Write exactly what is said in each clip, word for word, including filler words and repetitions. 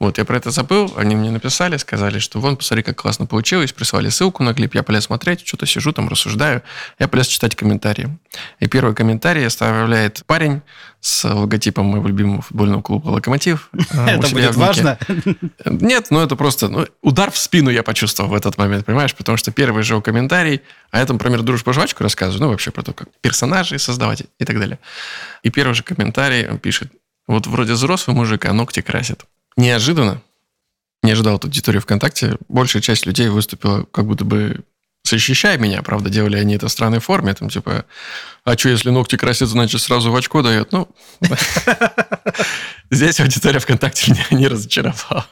Вот, я про это забыл, они мне написали, сказали, что вон, посмотри, как классно получилось, прислали ссылку на клип, я полез смотреть, что-то сижу там, рассуждаю, я полез читать комментарии. И первый комментарий оставляет парень с логотипом моего любимого футбольного клуба «Локомотив». Это будет важно? Нет, ну это просто ну, удар в спину я почувствовал в этот момент, понимаешь? Потому что первый же комментарий, а я там про мир, дружбу, жвачку рассказываю, ну вообще про то, как персонажей создавать и так далее. И первый же комментарий он пишет: вот вроде взрослый мужик, а ногти красит. Неожиданно, не ожидал от аудитории ВКонтакте, большая часть людей выступила как будто бы защищая меня. Правда, делали они это в странной форме. Там типа, а что, если ногти красят, значит, сразу в очко дает? Ну, здесь аудитория ВКонтакте меня не разочаровала.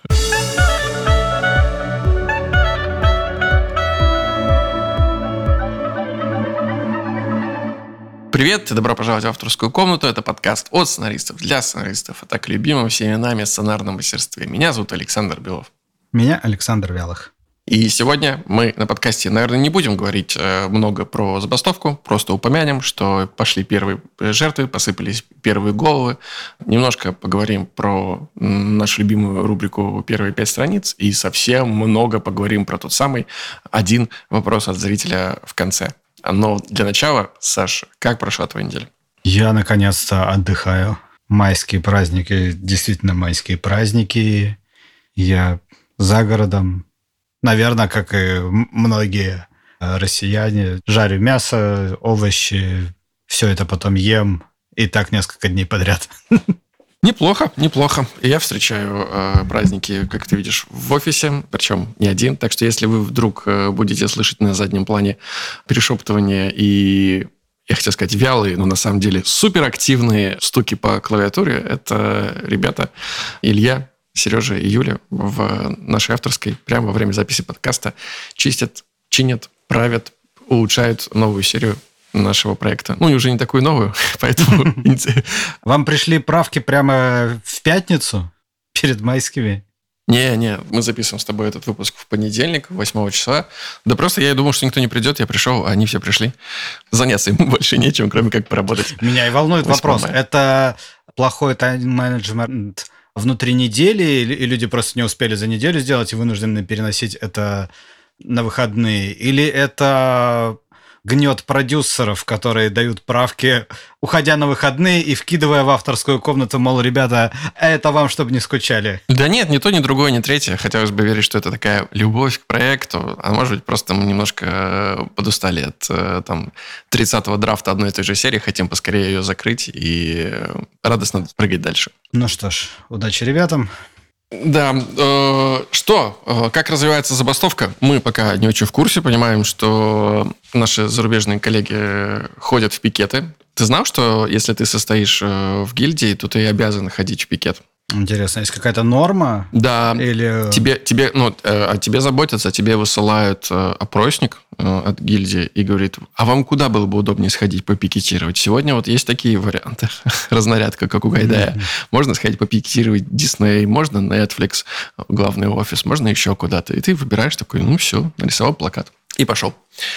Привет и добро пожаловать в авторскую комнату. Это подкаст от сценаристов для сценаристов, а так любимым всеми нами сценарном мастерстве. Меня зовут Александр Белов. Меня Александр Вялых. И сегодня мы на подкасте, наверное, не будем говорить много про забастовку, просто упомянем, что пошли первые жертвы, посыпались первые головы. Немножко поговорим про нашу любимую рубрику «Первые пять страниц» и совсем много поговорим про тот самый один вопрос от зрителя в конце. Но для начала, Саш, как прошла твоя неделя? Я наконец-то отдыхаю. Майские праздники, действительно майские праздники. Я за городом. Наверное, как и многие россияне, жарю мясо, овощи, все это потом ем. И так несколько дней подряд. Неплохо, неплохо. Я встречаю э, праздники, как ты видишь, в офисе, причем не один. Так что если вы вдруг э, будете слышать на заднем плане перешептывание и, я хотел сказать, вялые, но на самом деле суперактивные стуки по клавиатуре, это ребята Илья, Сережа и Юля в нашей авторской прямо во время записи подкаста чистят, чинят, правят, улучшают новую серию нашего проекта. Ну, уже не такую новую, поэтому... Вам пришли правки прямо в пятницу перед майскими? Не, не, мы записываем с тобой этот выпуск в понедельник, восьмого числа. Да просто я думал, что никто не придет, я пришел, а они все пришли. Заняться им больше нечем, кроме как поработать. Меня и волнует вопрос. Это плохой тайм-менеджмент внутри недели, и люди просто не успели за неделю сделать и вынуждены переносить это на выходные? Или это гнет продюсеров, которые дают правки, уходя на выходные и вкидывая в авторскую комнату, мол, ребята, это вам, чтобы не скучали? Да нет, ни то, ни другое, ни третье. Хотелось бы верить, что это такая любовь к проекту, а может быть, просто мы немножко подустали от там тридцатого драфта одной и той же серии, хотим поскорее ее закрыть и радостно прыгать дальше. Ну что ж, удачи ребятам. Да, э, что, э, как развивается забастовка? Мы пока не очень в курсе, понимаем, что наши зарубежные коллеги ходят в пикеты. Ты знал, что если ты состоишь э, в гильдии, то ты обязан ходить в пикет? Интересно, есть какая-то норма? Да, или... тебе, тебе, ну, о тебе заботятся, тебе высылают э, опросник э, от гильдии и говорит, а вам куда было бы удобнее сходить попикетировать? Сегодня вот есть такие варианты. Разнарядка, как у Гайдая. Mm-hmm. Можно сходить попикетировать Disney, можно Netflix, главный офис, можно еще куда-то. И ты выбираешь такой, ну все, нарисовал плакат и пошел.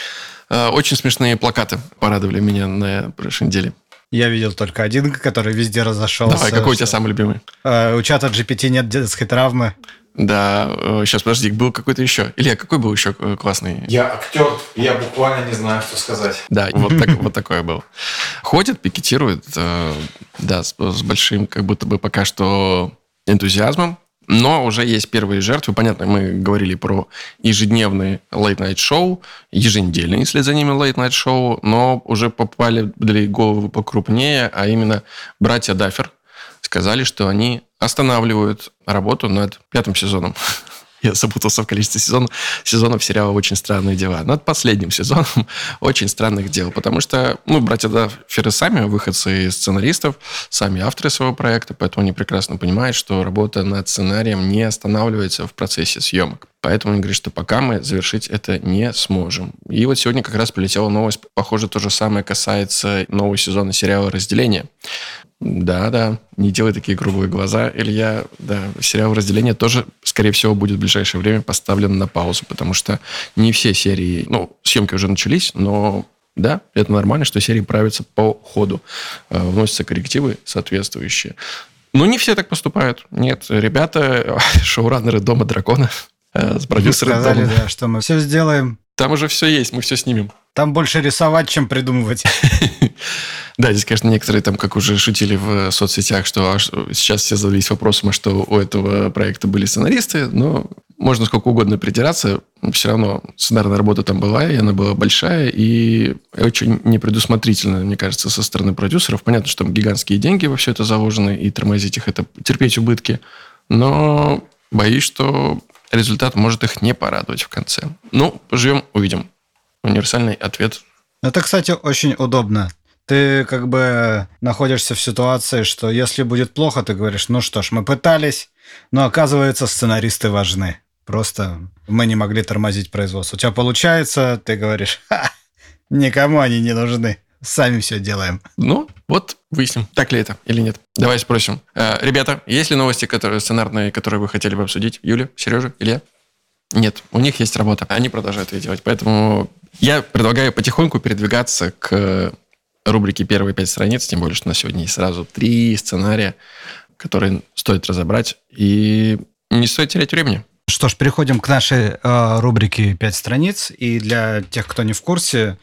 Э, очень смешные плакаты порадовали меня на прошлой неделе. Я видел только один, который везде разошелся. Давай, какой у тебя самый любимый? Uh, у чата джи пи ти нет детской травмы. Да, сейчас, подожди, был какой-то еще. Илья, какой был еще классный? Я актер, я буквально не знаю, что сказать. Да, вот, так, вот такое было. Ходит, пикетирует, э, да, с, с большим, как будто бы пока что энтузиазмом. Но уже есть первые жертвы. Понятно, мы говорили про ежедневные лейт-найт-шоу, еженедельные, если за ними лейт-найт-шоу, но уже попали для головы покрупнее, а именно братья Даффер сказали, что они останавливают работу над пятым сезоном. Я запутался в количестве сезонов, сезонов сериала «Очень странные дела». Над последним сезоном «Очень странных дел». Потому что, ну, братья Дафферы сами выходцы из сценаристов, сами авторы своего проекта, поэтому они прекрасно понимают, что работа над сценарием не останавливается в процессе съемок. Поэтому они говорят, что пока мы завершить это не сможем. И вот сегодня как раз прилетела новость. Похоже, то же самое касается нового сезона сериала «Разделение». Да-да, не делай такие круглые глаза, Илья. Да, сериал «Разделение» тоже, скорее всего, будет в ближайшее время поставлен на паузу, потому что не все серии... Ну, съемки уже начались, но да, это нормально, что серии правятся по ходу. Вносятся коррективы соответствующие. Ну, не все так поступают. Нет, ребята, шоураннеры «Дома дракона», с продюсером сказали, да, что мы все сделаем. Там уже все есть, мы все снимем. Там больше рисовать, чем придумывать. Да, здесь, конечно, некоторые там, как уже шутили в соцсетях, что сейчас все задались вопросом, а что у этого проекта были сценаристы, но можно сколько угодно придираться, все равно сценарная работа там была, и она была большая, и очень непредусмотрительная, мне кажется, со стороны продюсеров. Понятно, что там гигантские деньги во все это заложены, и тормозить их – это терпеть убытки, но боюсь, что результат может их не порадовать в конце. Ну, поживем, увидим. Универсальный ответ. Это, кстати, очень удобно. Ты как бы находишься в ситуации, что если будет плохо, ты говоришь, ну что ж, мы пытались, но оказывается, сценаристы важны. Просто мы не могли тормозить производство. У тебя получается, ты говоришь, ха, никому они не нужны. Сами все делаем. Ну, вот выясним, так ли это или нет. Давай спросим. Э, ребята, есть ли новости, которые сценарные, которые вы хотели бы обсудить? Юля, Сережа, Илья? Нет, у них есть работа. Они продолжают ее делать. Поэтому я предлагаю потихоньку передвигаться к рубрике «Первые пять страниц». Тем более, что на сегодня есть сразу три сценария, которые стоит разобрать. И не стоит терять времени. Что ж, переходим к нашей э, рубрике «Пять страниц». И для тех, кто не в курсе,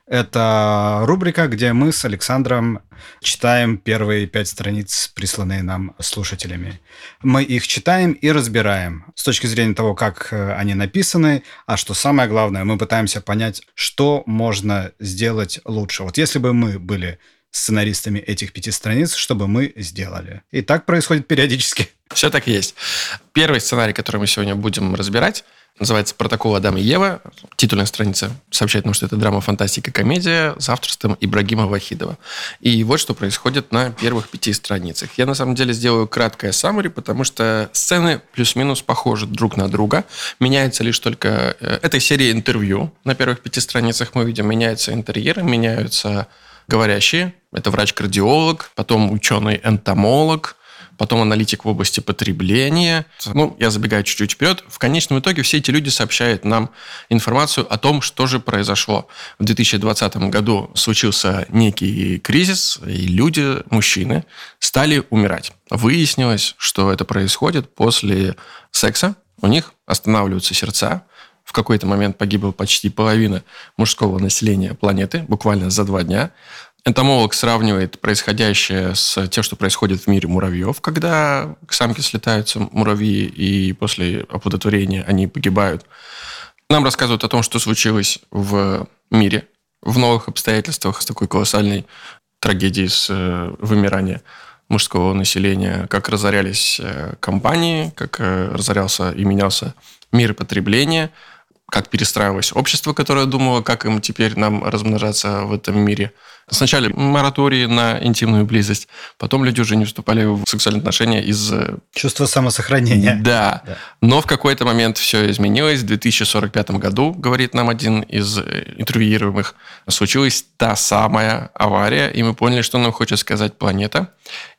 это рубрика, где мы с Александром читаем первые пять страниц, присланные нам слушателями. Мы их читаем и разбираем с точки зрения того, как они написаны, а что самое главное, мы пытаемся понять, что можно сделать лучше. Вот если бы мы были сценаристами этих пяти страниц, что бы мы сделали. И так происходит периодически. Все так и есть. Первый сценарий, который мы сегодня будем разбирать, называется «Протокол Адама и Ева». Титульная страница сообщает нам, что это драма, фантастика, комедия с авторством Ибрагима Вахидова. И вот что происходит на первых пяти страницах. Я, на самом деле, сделаю краткое саммари, потому что сцены плюс-минус похожи друг на друга. Меняется лишь только... Этой серии интервью на первых пяти страницах мы видим. Меняются интерьеры, меняются говорящие. Это врач-кардиолог, потом ученый-энтомолог, потом аналитик в области потребления. Ну, я забегаю чуть-чуть вперед. В конечном итоге все эти люди сообщают нам информацию о том, что же произошло. В две тысячи двадцатом году случился некий кризис, и люди, мужчины, стали умирать. Выяснилось, что это происходит после секса. У них останавливаются сердца. В какой-то момент погибла почти половина мужского населения планеты, буквально за два дня. Энтомолог сравнивает происходящее с тем, что происходит в мире муравьев, когда к самке слетаются муравьи, и после оплодотворения они погибают. Нам рассказывают о том, что случилось в мире, в новых обстоятельствах с такой колоссальной трагедией с вымиранием мужского населения, как разорялись компании, как разорялся и менялся мир потребления, как перестраивалось общество, которое думало, как им теперь нам размножаться в этом мире. Сначала моратории на интимную близость, потом люди уже не вступали в сексуальные отношения из... Чувство самосохранения. Да. да. Но в какой-то момент все изменилось. В две тысячи сорок пятом году, говорит нам один из интервьюируемых, случилась та самая авария, и мы поняли, что нам хочет сказать планета.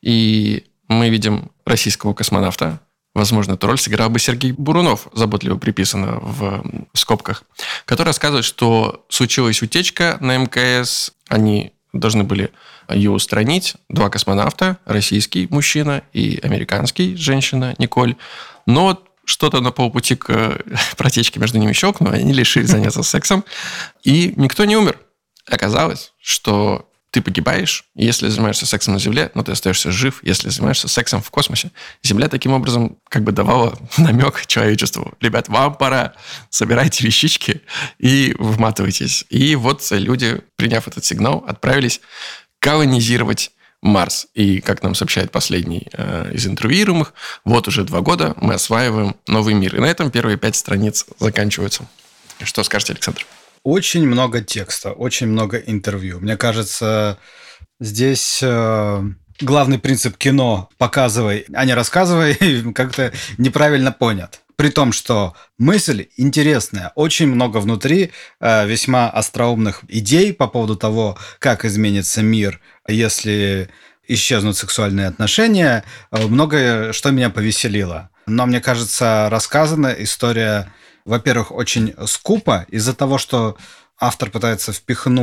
И мы видим российского космонавта. Возможно, эту роль сыграл бы Сергей Бурунов, заботливо приписано в скобках, который рассказывает, что случилась утечка на эм ка эс. Они должны были ее устранить. Два космонавта, российский мужчина и американский женщина Николь. Но вот что-то на полпути к протечке между ними щелкнуло, они решили заняться сексом, и никто не умер. Оказалось, что ты погибаешь, если занимаешься сексом на Земле, но ты остаешься жив, если занимаешься сексом в космосе. Земля таким образом как бы давала намек человечеству. Ребят, вам пора, собирайте вещички и вматывайтесь. И вот люди, приняв этот сигнал, отправились колонизировать Марс. И, как нам сообщает последний э, из интервьюируемых, вот уже два года мы осваиваем новый мир. И на этом первые пять страниц заканчиваются. Что скажете, Александр? Очень много текста, очень много интервью. Мне кажется, здесь э, главный принцип кино «показывай, а не рассказывай» как-то неправильно понят. При том, что мысль интересная, очень много внутри э, весьма остроумных идей по поводу того, как изменится мир, если исчезнут сексуальные отношения. Многое, что меня повеселило. Но, мне кажется, рассказана история... Во-первых, очень скупо из-за того, что автор пытается впихнуть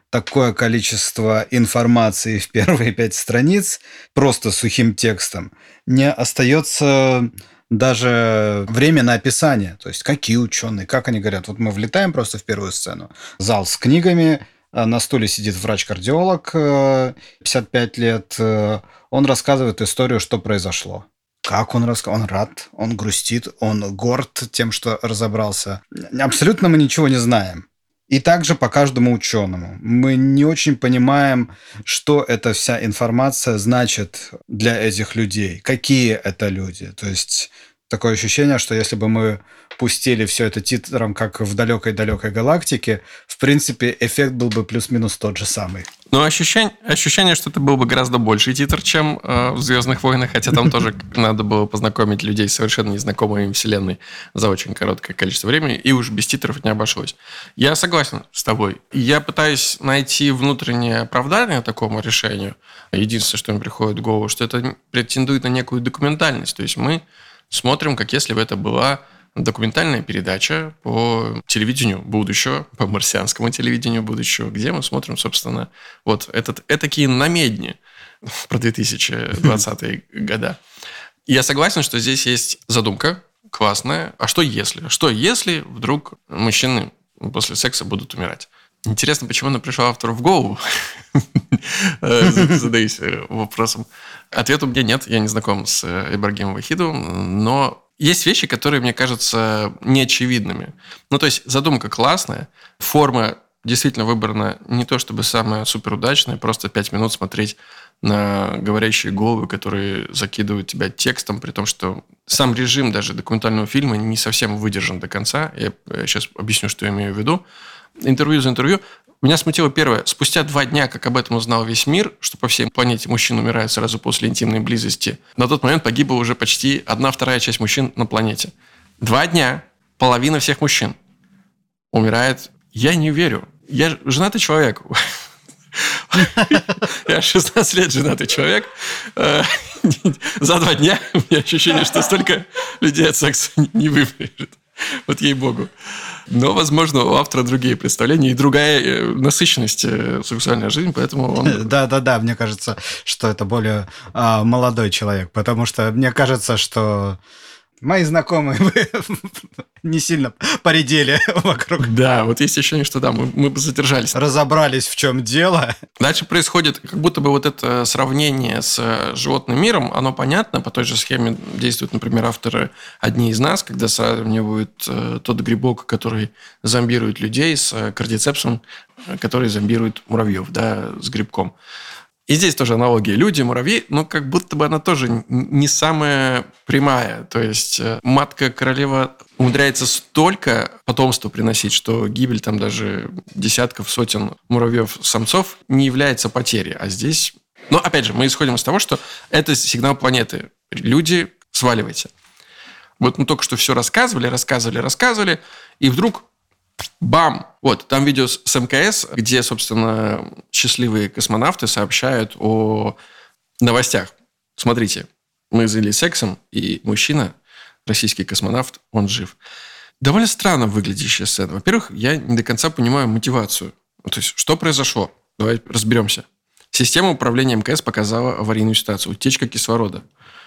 такое количество информации в первые пять страниц просто сухим текстом, не остается даже время на описание. То есть какие ученые, как они говорят. Вот мы влетаем просто в первую сцену. Зал с книгами, на стуле сидит врач-кардиолог, пятьдесят пять лет. Он рассказывает историю, что произошло. Как он рассказывает? Он рад, он грустит, он горд тем, что разобрался. Абсолютно мы ничего не знаем. И также по каждому ученому. Мы не очень понимаем, что эта вся информация значит для этих людей, какие это люди. То есть такое ощущение, что если бы мы пустили все это титром, как в далекой-далекой галактике, в принципе, эффект был бы плюс-минус тот же самый. Но ощущение, ощущение, что это был бы гораздо больший титр, чем э, в «Звездных войнах», хотя там тоже надо было познакомить людей с совершенно незнакомой им вселенной за очень короткое количество времени, и уж без титров не обошлось. Я согласен с тобой. Я пытаюсь найти внутреннее оправдание такому решению. Единственное, что мне приходит в голову, что это претендует на некую документальность. То есть мы смотрим, как если бы это была документальная передача по телевидению будущего, по марсианскому телевидению будущего, где мы смотрим, собственно, вот этот этакие намедни про две тысячи двадцатые года. Я согласен, что здесь есть задумка классная. А что если? Что если вдруг мужчины после секса будут умирать? Интересно, почему она пришла автору в голову? Задаюсь вопросом. Ответа у меня нет. Я не знаком с Ибрагимом Вахидовым, но есть вещи, которые, мне кажутся, неочевидными. Ну, то есть задумка классная, форма действительно выбрана не то чтобы самая суперудачная, просто пять минут смотреть на говорящие головы, которые закидывают тебя текстом, при том, что сам режим даже документального фильма не совсем выдержан до конца. Я сейчас объясню, что я имею в виду. Интервью за интервью. Меня смутило первое. Спустя два дня, как об этом узнал весь мир, что по всей планете мужчин умирают сразу после интимной близости, на тот момент погибла уже почти одна вторая часть мужчин на планете. Два дня половина всех мужчин умирает. Я не верю. Я женатый человек. Я шестнадцать лет женатый человек. За два дня у меня ощущение, что столько людей от секса не выберет. Вот ей-богу. Но, возможно, у автора другие представления и другая насыщенность сексуальной жизни, поэтому он... Да-да-да, мне кажется, что это более а, молодой человек, потому что мне кажется, что мои знакомые не сильно поредели вокруг. Да, вот есть ощущение, что да, мы, мы бы задержались. Разобрались, в чем дело. Дальше происходит, как будто бы вот это сравнение с животным миром, оно понятно, по той же схеме действуют, например, авторы «Одни из нас», когда сравнивают э, тот грибок, который зомбирует людей, с кардицепсом, который зомбирует муравьев, да, с грибком. И здесь тоже аналогия. Люди, муравьи, но как будто бы она тоже не самая прямая. То есть матка-королева умудряется столько потомства приносить, что гибель там даже десятков, сотен муравьев-самцов не является потерей. А здесь... Но опять же, мы исходим из того, что это сигнал планеты. Люди, сваливайте. Вот мы только что все рассказывали, рассказывали, рассказывали, и вдруг... Бам! Вот, там видео с МКС, где, собственно, счастливые космонавты сообщают о новостях. Смотрите, мы занялись сексом, и мужчина, российский космонавт, он жив. Довольно странно выглядящая сцена. Во-первых, я не до конца понимаю мотивацию. То есть, что произошло? Давай разберемся. Система управления МКС показала аварийную ситуацию. Утечка кислорода.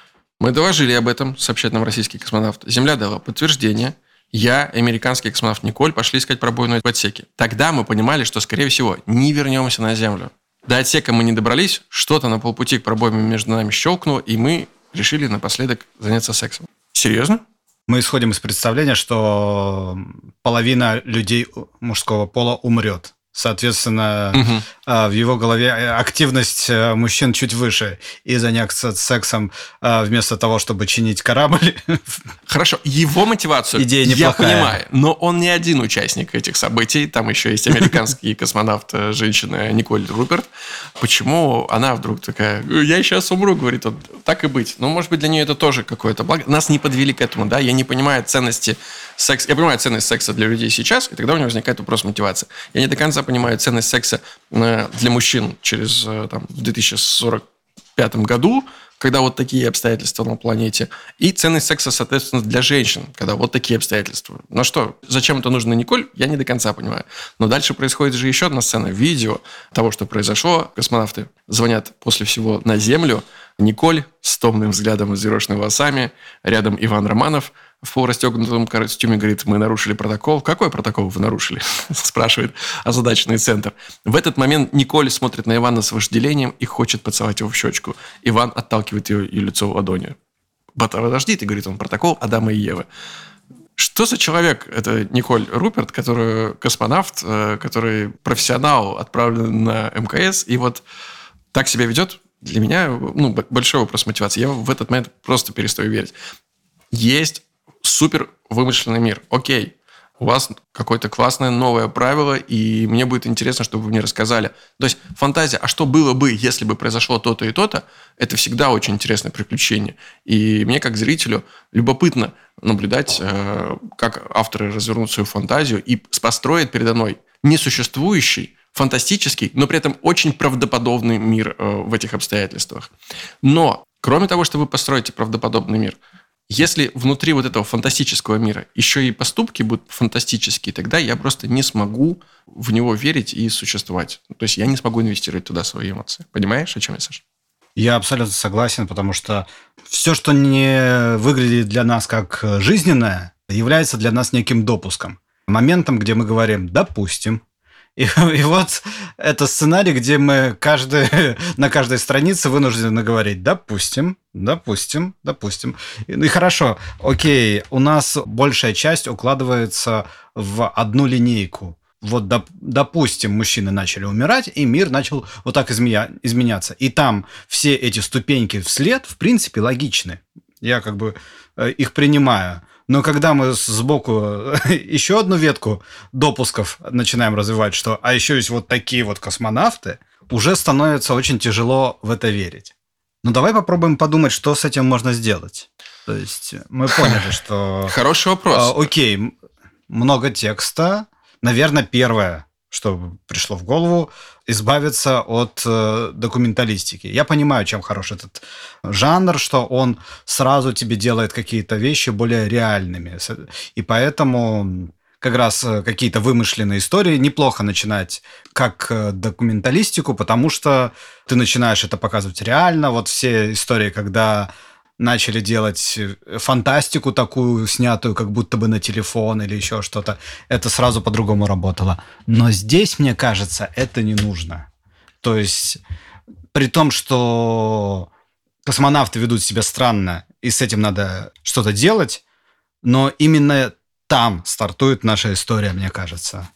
Мы доложили об этом, сообщает нам российский космонавт. Земля дала подтверждение. Я, американский космонавт Николь, пошли искать пробоину в отсеке. Тогда мы понимали, что, скорее всего, не вернемся на Землю. До отсека мы не добрались, что-то на полпути к пробоине между нами щелкнуло, и мы решили напоследок заняться сексом. Серьезно? Мы исходим из представления, что половина людей мужского пола умрет. Соответственно, угу. в его голове активность мужчин чуть выше. И заняться сексом вместо того, чтобы чинить корабль. Хорошо, его мотивацию идея я неплохая. Понимаю, но он не один участник этих событий. Там еще есть американский космонавт, женщина Николь Руперт. Почему она вдруг такая, я сейчас умру, говорит он, так и быть. Ну, может быть, для нее это тоже какое-то благо. Нас не подвели к этому, да, я не понимаю ценности секса. Я понимаю ценность секса для людей сейчас, и тогда у него возникает вопрос мотивации. Я не до конца понимаю ценность секса для мужчин через там, две тысячи сорок пятом году, когда вот такие обстоятельства на планете, и ценность секса, соответственно, для женщин, когда вот такие обстоятельства. Ну что, зачем это нужно Николь, я не до конца понимаю. Но дальше происходит же еще одна сцена, видео того, что произошло. Космонавты звонят после всего на Землю. Николь с томным взглядом и взъерошенными волосами, рядом Иван Романов в полурастегнутом костюме говорит: мы нарушили протокол. Какой протокол вы нарушили? Спрашивает озадаченный центр. В этот момент Николь смотрит на Ивана с вожделением и хочет поцеловать его в щечку. Иван отталкивает ее и лицо ладонью. Подожди, ты, говорит он, протокол Адама и Евы. Что за человек? Это Николь Руперт, который космонавт, который профессионал, отправлен на эм ка эс, и вот так себя ведет. Для меня ну, большой вопрос мотивации. Я в этот момент просто перестаю верить. Есть супер вымышленный мир. Окей, у вас какое-то классное новое правило, и мне будет интересно, чтобы вы мне рассказали. То есть фантазия, а что было бы, если бы произошло то-то и то-то, это всегда очень интересное приключение. И мне, как зрителю, любопытно наблюдать, как авторы развернут свою фантазию и построят передо мной несуществующий, фантастический, но при этом очень правдоподобный мир в этих обстоятельствах. Но, кроме того, что вы построите правдоподобный мир, если внутри вот этого фантастического мира еще и поступки будут фантастические, тогда я просто не смогу в него верить и существовать. То есть я не смогу инвестировать туда свои эмоции. Понимаешь, о чем я, Саша? Я абсолютно согласен, потому что все, что не выглядит для нас как жизненное, является для нас неким допуском. Моментом, где мы говорим «допустим». И, и вот это сценарий, где мы каждый, на каждой странице вынуждены говорить «допустим, допустим, допустим». И, и хорошо, окей, у нас большая часть укладывается в одну линейку. Вот, доп, допустим, мужчины начали умирать, и мир начал вот так изменя, изменяться. И там все эти ступеньки вслед, в принципе, логичны. Я как бы их принимаю. Но когда мы сбоку еще одну ветку допусков начинаем развивать, что а еще есть вот такие вот космонавты, уже становится очень тяжело в это верить. Ну, давай попробуем подумать, что с этим можно сделать. То есть мы поняли, что... Хороший вопрос. А, окей, много текста. Наверное, первое, что пришло в голову, избавиться от э, документалистики. Я понимаю, чем хорош этот жанр, что он сразу тебе делает какие-то вещи более реальными. И поэтому как раз какие-то вымышленные истории неплохо начинать как документалистику, потому что ты начинаешь это показывать реально. Вот все истории, когда начали делать фантастику такую, снятую как будто бы на телефон или еще что-то, это сразу по-другому работало. Но здесь, мне кажется, это не нужно. То есть, при том, что космонавты ведут себя странно, и с этим надо что-то делать, но именно там стартует наша история, мне кажется.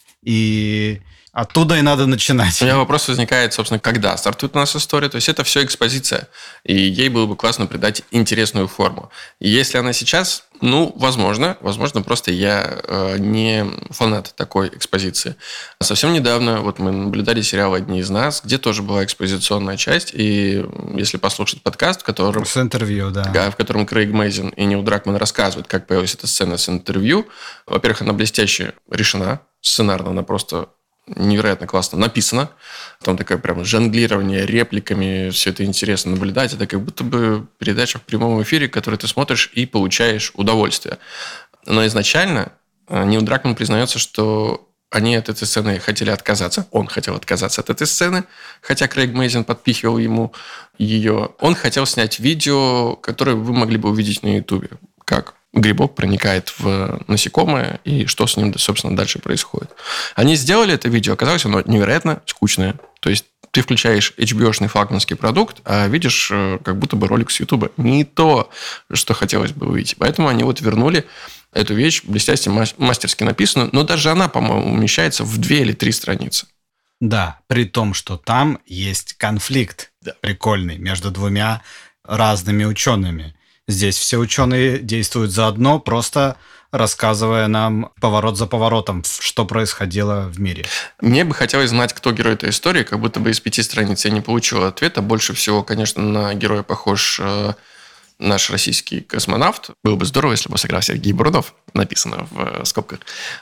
И оттуда и надо начинать. У меня вопрос возникает, собственно, когда стартует у нас история. То есть это все экспозиция, и ей было бы классно придать интересную форму. И если она сейчас, ну, возможно, возможно, просто я э, не фанат такой экспозиции. Совсем недавно вот мы наблюдали сериал «Одни из нас», где тоже была экспозиционная часть, и если послушать подкаст, в котором... С интервью, да. Да, в котором Крейг Мейзин и Нил Дракман рассказывают, как появилась эта сцена с интервью. Во-первых, она блестяще решена, сценарно она просто... невероятно классно написано. Там такое прям жонглирование репликами, все это интересно наблюдать. Это как будто бы передача в прямом эфире, которую ты смотришь и получаешь удовольствие. Но изначально Нил Дракман признается, что они от этой сцены хотели отказаться. Он хотел отказаться от этой сцены, хотя Крейг Мейзин подпихивал ему ее. Он хотел снять видео, которое вы могли бы увидеть на Ютубе. Как грибок проникает в насекомое, и что с ним, собственно, дальше происходит. Они сделали это видео, оказалось оно невероятно скучное. То есть ты включаешь эйч би о-шный флагманский продукт, а видишь как будто бы ролик с Ютуба. Не то, что хотелось бы увидеть. Поэтому они вот вернули эту вещь, блестяще, мастерски написанную, но даже она, по-моему, умещается в две или три страницы. Да, при том, что там есть конфликт да. прикольный между двумя разными учеными. Здесь все ученые действуют заодно, просто рассказывая нам поворот за поворотом, что происходило в мире. Мне бы хотелось знать, кто герой этой истории, как будто бы из пяти страниц я не получил ответа. Больше всего, конечно, на героя похож э, наш российский космонавт. Было бы здорово, если бы сыграл Сергей Бурунов, написано в скобках.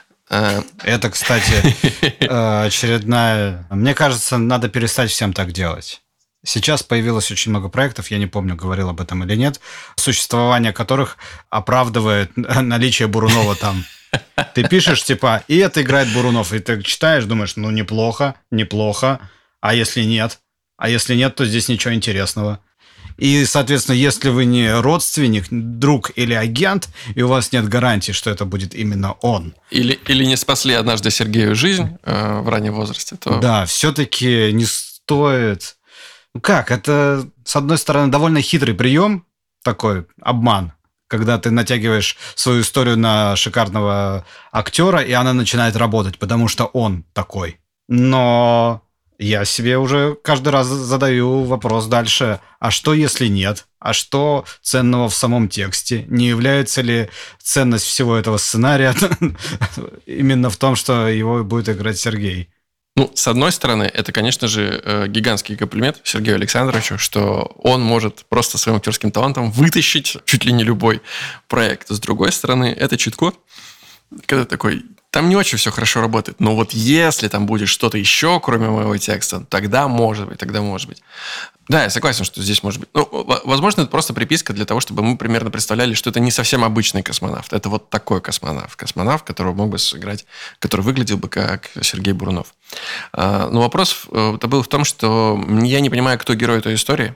Это, кстати, очередная... Мне кажется, надо перестать всем так делать. Сейчас появилось очень много проектов, я не помню, говорил об этом или нет, существование которых оправдывает наличие Бурунова там. Ты пишешь, типа, и это играет Бурунов, и ты читаешь, думаешь, ну, неплохо, неплохо, а если нет? А если нет, то здесь ничего интересного. И, соответственно, если вы не родственник, друг или агент, и у вас нет гарантии, что это будет именно он. Или, или не спасли однажды Сергею жизнь э, в раннем возрасте, то... Да, все-таки не стоит... Ну как, это, с одной стороны, довольно хитрый прием, такой обман, когда ты натягиваешь свою историю на шикарного актера, и она начинает работать, потому что он такой. Но я себе уже каждый раз задаю вопрос дальше, а что если нет? А что ценного в самом тексте? Не является ли ценность всего этого сценария именно в том, что его будет играть Сергей? Ну, с одной стороны, это, конечно же, гигантский комплимент Сергею Александровичу, что он может просто своим актерским талантом вытащить чуть ли не любой проект. С другой стороны, это чит-код, когда такой, там не очень все хорошо работает, но вот если там будет что-то еще, кроме моего текста, тогда может быть, тогда может быть. Да, я согласен, что здесь может быть. Ну, возможно, это просто приписка для того, чтобы мы примерно представляли, что это не совсем обычный космонавт. Это вот такой космонавт. Космонавт, которого мог бы сыграть, который выглядел бы как Сергей Бурунов. Но вопрос это был в том, что я не понимаю, кто герой этой истории.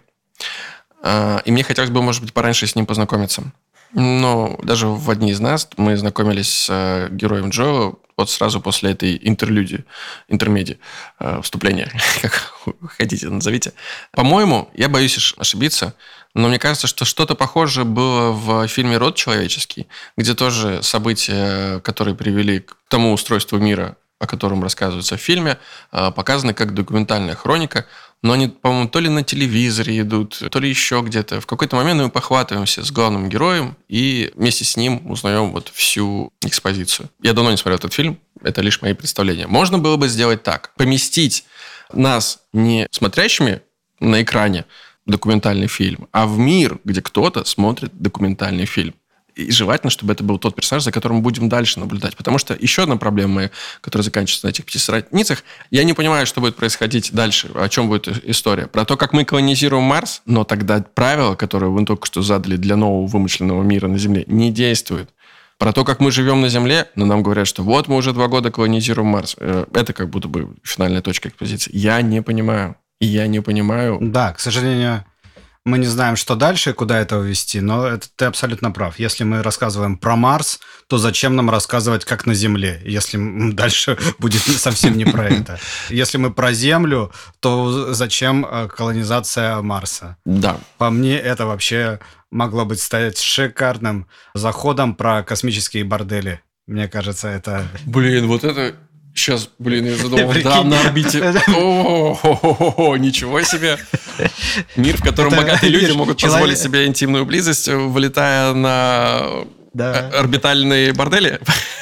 И мне хотелось бы, может быть, пораньше с ним познакомиться. Но даже в «Одни из нас» мы знакомились с героем Джо вот сразу после этой интерлюдии, интермедии, вступления, как хотите назовите. По-моему, я боюсь ошибиться, но мне кажется, что что-то похожее было в фильме «Род человеческий», где тоже события, которые привели к тому устройству мира, о котором рассказывается в фильме, показаны как документальная хроника, но они, по-моему, то ли на телевизоре идут, то ли еще где-то. В какой-то момент мы похватываемся с главным героем и вместе с ним узнаем вот всю экспозицию. Я давно не смотрел этот фильм, это лишь мои представления. Можно было бы сделать так. Поместить нас не смотрящими на экране документальный фильм, а в мир, где кто-то смотрит документальный фильм. И желательно, чтобы это был тот персонаж, за которым мы будем дальше наблюдать. Потому что еще одна проблема, которая заканчивается на этих пяти страницах, я не понимаю, что будет происходить дальше, о чем будет история. Про то, как мы колонизируем Марс, но тогда правила, которые вы только что задали для нового вымышленного мира на Земле, не действуют. Про то, как мы живем на Земле, но нам говорят, что вот мы уже два года колонизируем Марс. Это как будто бы финальная точка экспозиции. Я не понимаю. И я не понимаю... Да, к сожалению... Мы не знаем, что дальше и куда это увести, но это, ты абсолютно прав. Если мы рассказываем про Марс, то зачем нам рассказывать, как на Земле, если дальше будет совсем не про это? Если мы про Землю, то зачем колонизация Марса? Да. По мне, это вообще могло быть стать шикарным заходом про космические бордели. Мне кажется, это... Блин, вот это... Сейчас, блин, я задумал, да, на орбите. О, ничего себе. Мир, в котором богатые люди могут позволить себе интимную близость, вылетая на орбитальные бордели.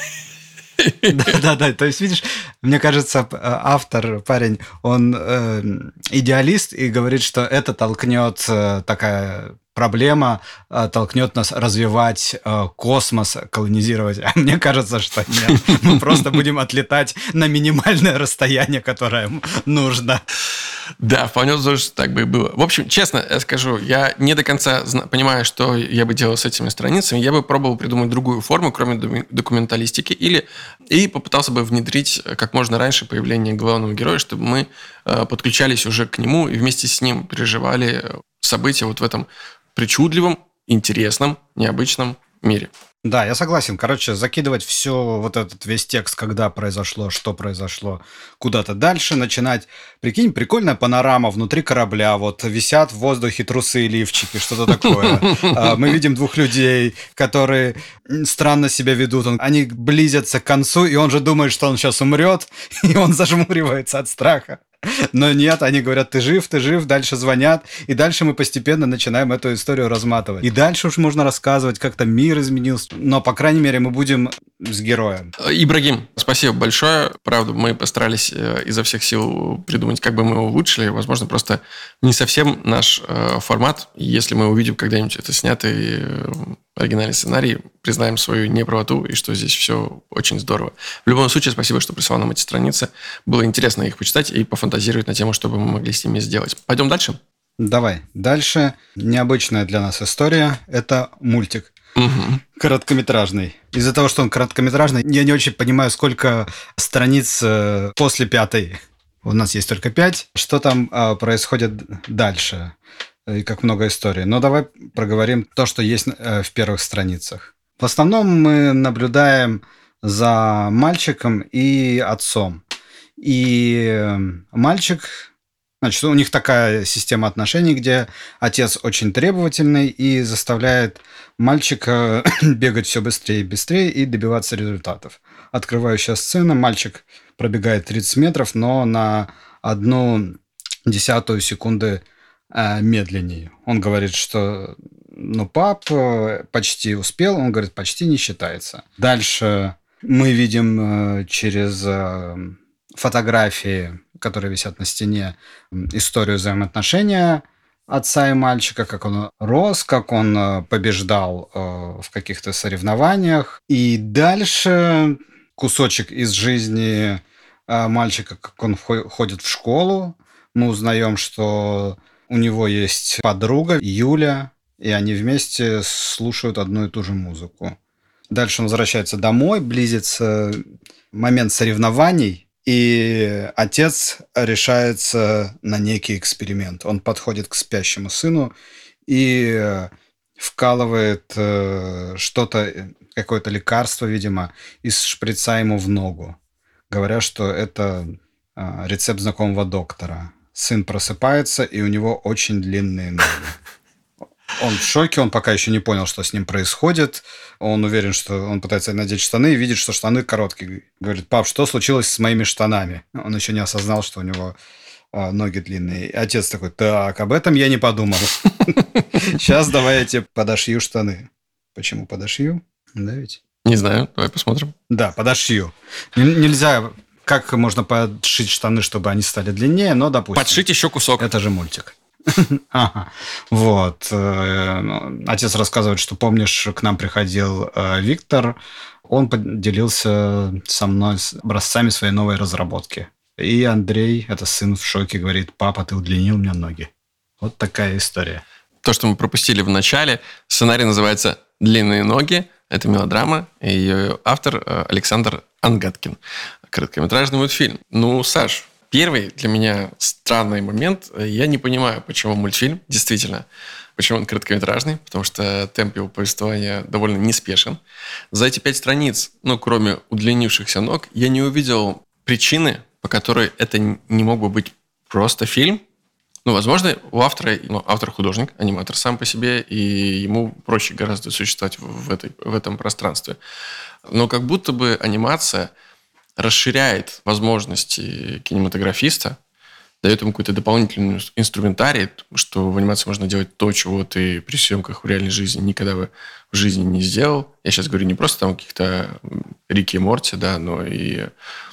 Да-да, то есть, видишь, мне кажется, автор, парень, он идеалист и говорит, что это толкнет такая... проблема толкнет нас развивать космос, колонизировать. А мне кажется, что нет. Мы просто будем отлетать на минимальное расстояние, которое нужно. Да, вполне возможно, что так бы и было. В общем, честно я скажу, я не до конца понимаю, что я бы делал с этими страницами. Я бы пробовал придумать другую форму, кроме документалистики, или и попытался бы внедрить как можно раньше появление главного героя, чтобы мы подключались уже к нему и вместе с ним переживали события вот в этом причудливом, интересном, необычном мире. Да, я согласен. Короче, закидывать все, вот этот весь текст, когда произошло, что произошло, куда-то дальше начинать. Прикинь, прикольная панорама внутри корабля, вот висят в воздухе трусы и лифчики, что-то такое. Мы видим двух людей, которые странно себя ведут. Они близятся к концу, и он же думает, что он сейчас умрет, и он зажмуривается от страха. Но нет, они говорят, ты жив, ты жив, дальше звонят, и дальше мы постепенно начинаем эту историю разматывать. И дальше уж можно рассказывать, как там мир изменился, но, по крайней мере, мы будем с героем. Ибрагим, спасибо большое. Правда, мы постарались изо всех сил придумать, как бы мы его улучшили. Возможно, просто не совсем наш формат. Если мы увидим когда-нибудь это снятый оригинальный сценарий, признаем свою неправоту и что здесь все очень здорово. В любом случае, спасибо, что прислал нам эти страницы. Было интересно их почитать и пофантазировать на тему, что бы мы могли с ними сделать. Пойдем дальше? Давай. Дальше необычная для нас история. Это мультик. Угу. Короткометражный. Из-за того, что он короткометражный, я не очень понимаю, сколько страниц э, после пятой. У нас есть только пять. Что там э, происходит дальше? И как много историй. Но давай проговорим то, что есть э, в первых страницах. В основном мы наблюдаем за мальчиком и отцом. И мальчик... Значит, у них такая система отношений, где отец очень требовательный и заставляет мальчика бегать все быстрее и быстрее и добиваться результатов. Открывающая сцена. Мальчик пробегает тридцать метров, но на одну десятую секунды э, медленнее. Он говорит, что ну, пап почти успел. Он говорит, почти не считается. Дальше мы видим э, через э, фотографии, которые висят на стене, историю взаимоотношения отца и мальчика, как он рос, как он побеждал в каких-то соревнованиях. И дальше кусочек из жизни мальчика, как он ходит в школу. Мы узнаем, что у него есть подруга Юля, и они вместе слушают одну и ту же музыку. Дальше он возвращается домой, близится момент соревнований, и отец решается на некий эксперимент. Он подходит к спящему сыну и вкалывает что-то, какое-то лекарство, видимо, из шприца ему в ногу, говоря, что это рецепт знакомого доктора. Сын просыпается, и у него очень длинные ноги. Он в шоке, он пока еще не понял, что с ним происходит. Он уверен, что он пытается надеть штаны и видит, что штаны короткие. Говорит, пап, что случилось с моими штанами? Он еще не осознал, что у него а, ноги длинные. И отец такой, так, об этом я не подумал. Сейчас давай я тебе подошью штаны. Почему подошью? Да ведь? Не знаю, давай посмотрим. Да, подошью. Нельзя... Как можно подшить штаны, чтобы они стали длиннее, но, допустим... Подшить еще кусок. Это же мультик. Ага. Вот. Отец рассказывает, что, помнишь, к нам приходил Виктор, он поделился со мной образцами своей новой разработки. И Андрей, это сын, в шоке, говорит, папа, ты удлинил мне ноги. Вот такая история. То, что мы пропустили в начале, сценарий называется «Длинные ноги». Это мелодрама, и ее автор Александр Ангаткин. Короткометражный мультфильм. Ну, Саш, первый для меня странный момент. Я не понимаю, почему мультфильм, действительно, почему он короткометражный, потому что темп его повествования довольно неспешен. За эти пять страниц, ну, кроме удлинившихся ног, я не увидел причины, по которой это не мог бы быть просто фильм. Ну, возможно, у автора, ну, автор художник, аниматор сам по себе, и ему проще гораздо существовать в, этой, в этом пространстве. Но как будто бы анимация расширяет возможности кинематографиста, дает ему какой-то дополнительный инструментарий, что в анимации можно делать то, чего ты при съемках в реальной жизни никогда бы в жизни не сделал. Я сейчас говорю не просто там о каких-то Рике и Морти, да, но и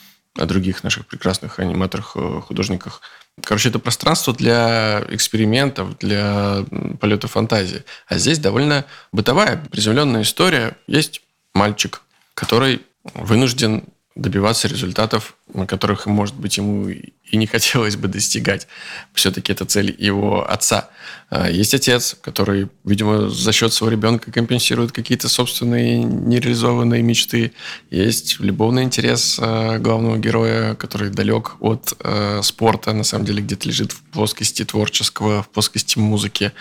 о других наших прекрасных аниматорах, художниках. Короче, это пространство для экспериментов, для полета фантазии. А здесь довольно бытовая, приземленная история. Есть мальчик, который вынужден добиваться результатов, которых, может быть, ему и не хотелось бы достигать. Все-таки это цель его отца. Есть отец, который, видимо, за счет своего ребенка компенсирует какие-то собственные нереализованные мечты. Есть любовный интерес главного героя, который далек от спорта, на самом деле где-то лежит в плоскости творческого, в плоскости музыки.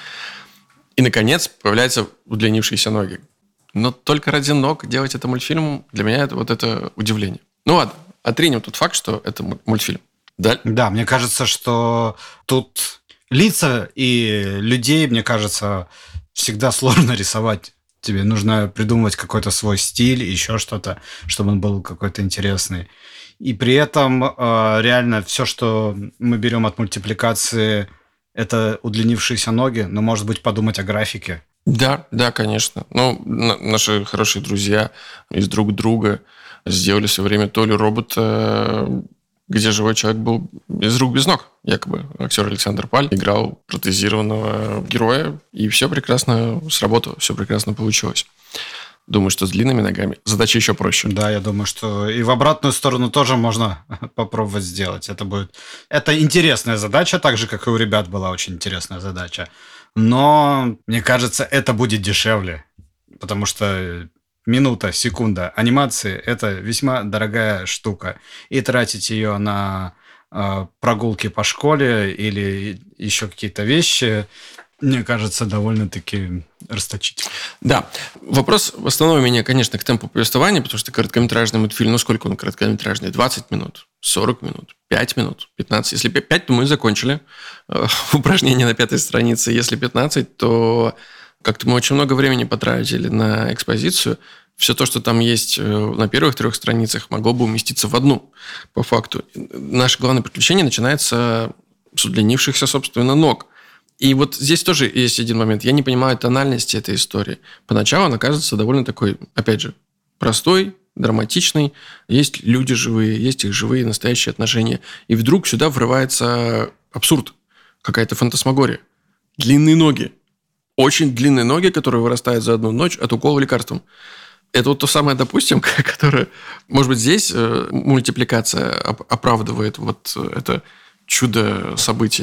И, наконец, появляются удлинившиеся ноги. Но только ради ног делать это мультфильмом, для меня это вот это удивление. Ну ладно, отринем тот факт, что это мультфильм. Да? Да, мне кажется, что тут лица и людей, мне кажется, всегда сложно рисовать. Тебе нужно придумывать какой-то свой стиль, еще что-то, чтобы он был какой-то интересный. И при этом э, реально все, что мы берем от мультипликации, это удлинившиеся ноги, но, может быть, подумать о графике. Да, да, конечно. Ну, наши хорошие друзья из «Друг друга» сделали в свое время то ли робот, где живой человек был без рук, без ног, якобы. Актер Александр Паль играл протезированного героя, и все прекрасно сработало, все прекрасно получилось. Думаю, что с длинными ногами задача еще проще. Да, я думаю, что и в обратную сторону тоже можно попробовать сделать. Это будет... Это интересная задача, так же, как и у ребят была очень интересная задача. Но, мне кажется, это будет дешевле, потому что минута, секунда анимации – это весьма дорогая штука. И тратить ее на э, прогулки по школе или еще какие-то вещи, мне кажется, довольно-таки расточительно. Да. Вопрос в основном у меня, конечно, к темпу повествования, потому что короткометражный мультфильм, ну сколько он короткометражный? двадцать минут, сорок минут, пять минут, пятнадцать. Если пять, то мы закончили э, упражнение на пятой странице. Если пятнадцать, то как-то мы очень много времени потратили на экспозицию. Все то, что там есть на первых трех страницах, могло бы уместиться в одну, по факту. Наше главное приключение начинается с удлинившихся, собственно, ног. И вот здесь тоже есть один момент. Я не понимаю тональности этой истории. Поначалу она кажется довольно такой, опять же, простой, драматичной. Есть люди живые, есть их живые настоящие отношения. И вдруг сюда врывается абсурд. Какая-то фантасмагория. Длинные ноги. Очень длинные ноги, которые вырастают за одну ночь от укола лекарством. Это вот то самое, допустим, которое... Может быть, здесь мультипликация оправдывает вот это чудо события.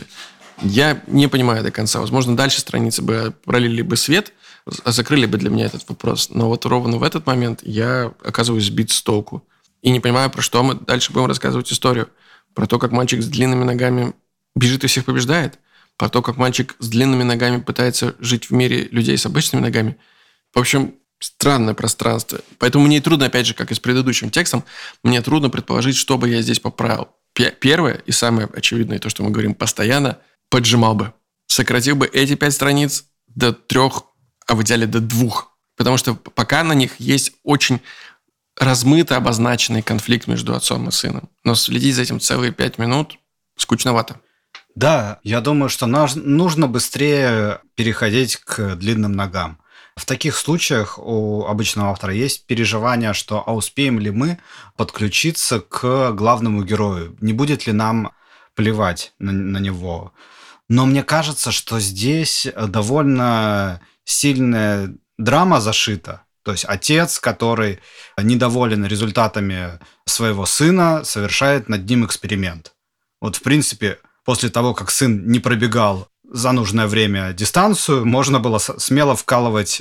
Я не понимаю до конца. Возможно, дальше страницы бы пролили бы свет, закрыли бы для меня этот вопрос. Но вот ровно в этот момент я оказываюсь сбит с толку. И не понимаю, про что мы дальше будем рассказывать историю. Про то, как мальчик с длинными ногами бежит и всех побеждает. Про то, как мальчик с длинными ногами пытается жить в мире людей с обычными ногами. В общем, странное пространство. Поэтому мне трудно, опять же, как и с предыдущим текстом, мне трудно предположить, что бы я здесь поправил. Первое и самое очевидное, то, что мы говорим постоянно, поджимал бы. Сократил бы эти пять страниц до трех, а в идеале до двух. Потому что пока на них есть очень размыто обозначенный конфликт между отцом и сыном. Но следить за этим целые пять минут скучновато. Да, я думаю, что нужно быстрее переходить к длинным ногам. В таких случаях у обычного автора есть переживание, что а успеем ли мы подключиться к главному герою? Не будет ли нам плевать на, на него? Но мне кажется, что здесь довольно сильная драма зашита. То есть отец, который недоволен результатами своего сына, совершает над ним эксперимент. Вот, в принципе, после того, как сын не пробегал за нужное время дистанцию, можно было смело вкалывать